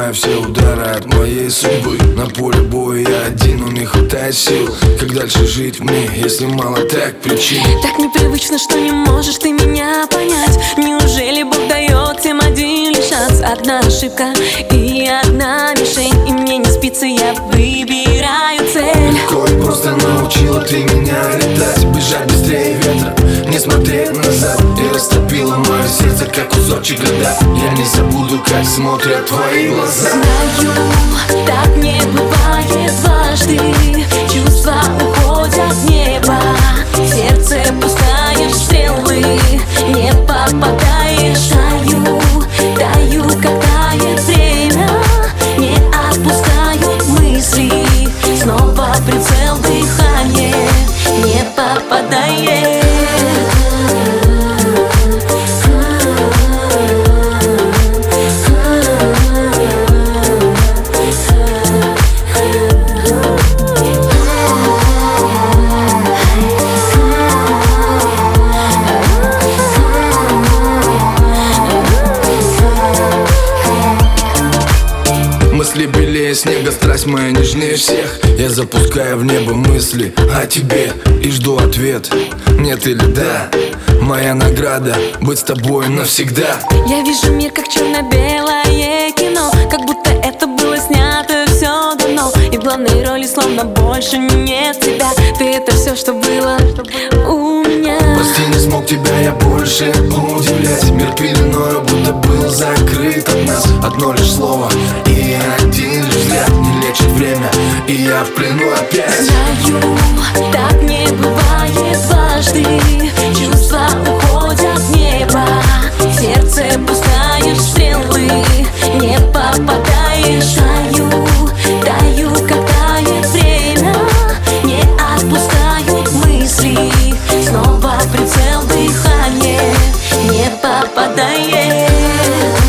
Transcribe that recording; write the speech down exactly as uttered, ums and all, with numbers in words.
принимаю все удары от моей судьбы. На поле боя я один, но не хватает сил. Как дальше жить мне, если мало так причин? Так непривычно, что не можешь ты меня понять. Неужели Бог дает всем один лишь шанс? Одна ошибка и одна мишень, и мне не спится, я выбираю цель. Легко и просто научила ты меня летать, бежать быстрее ветра, не смотреть назад. И растопила мое сердце, как кусочек льда. Я не забуду, как смотрят твои глаза. Знаю, так не бывает дважды. Чувства уходят в небо, в сердце пускаешь стрелы, не попадаешь. Даю, даю, как тает время, не отпускают мысли. Снова прицел дыхания, не попадает. Мысли белее снега, страсть моя нежнее всех. Я запускаю в небо мысли о тебе и жду ответ, нет или да. Моя награда — быть с тобой навсегда. Я вижу мир как черно-белое кино, как будто это было снято все давно. И в главной роли словно больше нет тебя. Ты — это все, что было у меня. Прости, не смог тебя я больше удивлять. Мир пеленою будто был закрыт от нас. Одно лишь слово и один лишь взгляд не лечит время, и я в плену опять. Знаю, так не бывает дважды. Чувства уходят в небо, в сердце пускаешь стрелы, не попадаешь. Даю, даю, как тает время, не отпускают мысли. Снова прицел дыхания, не попадает.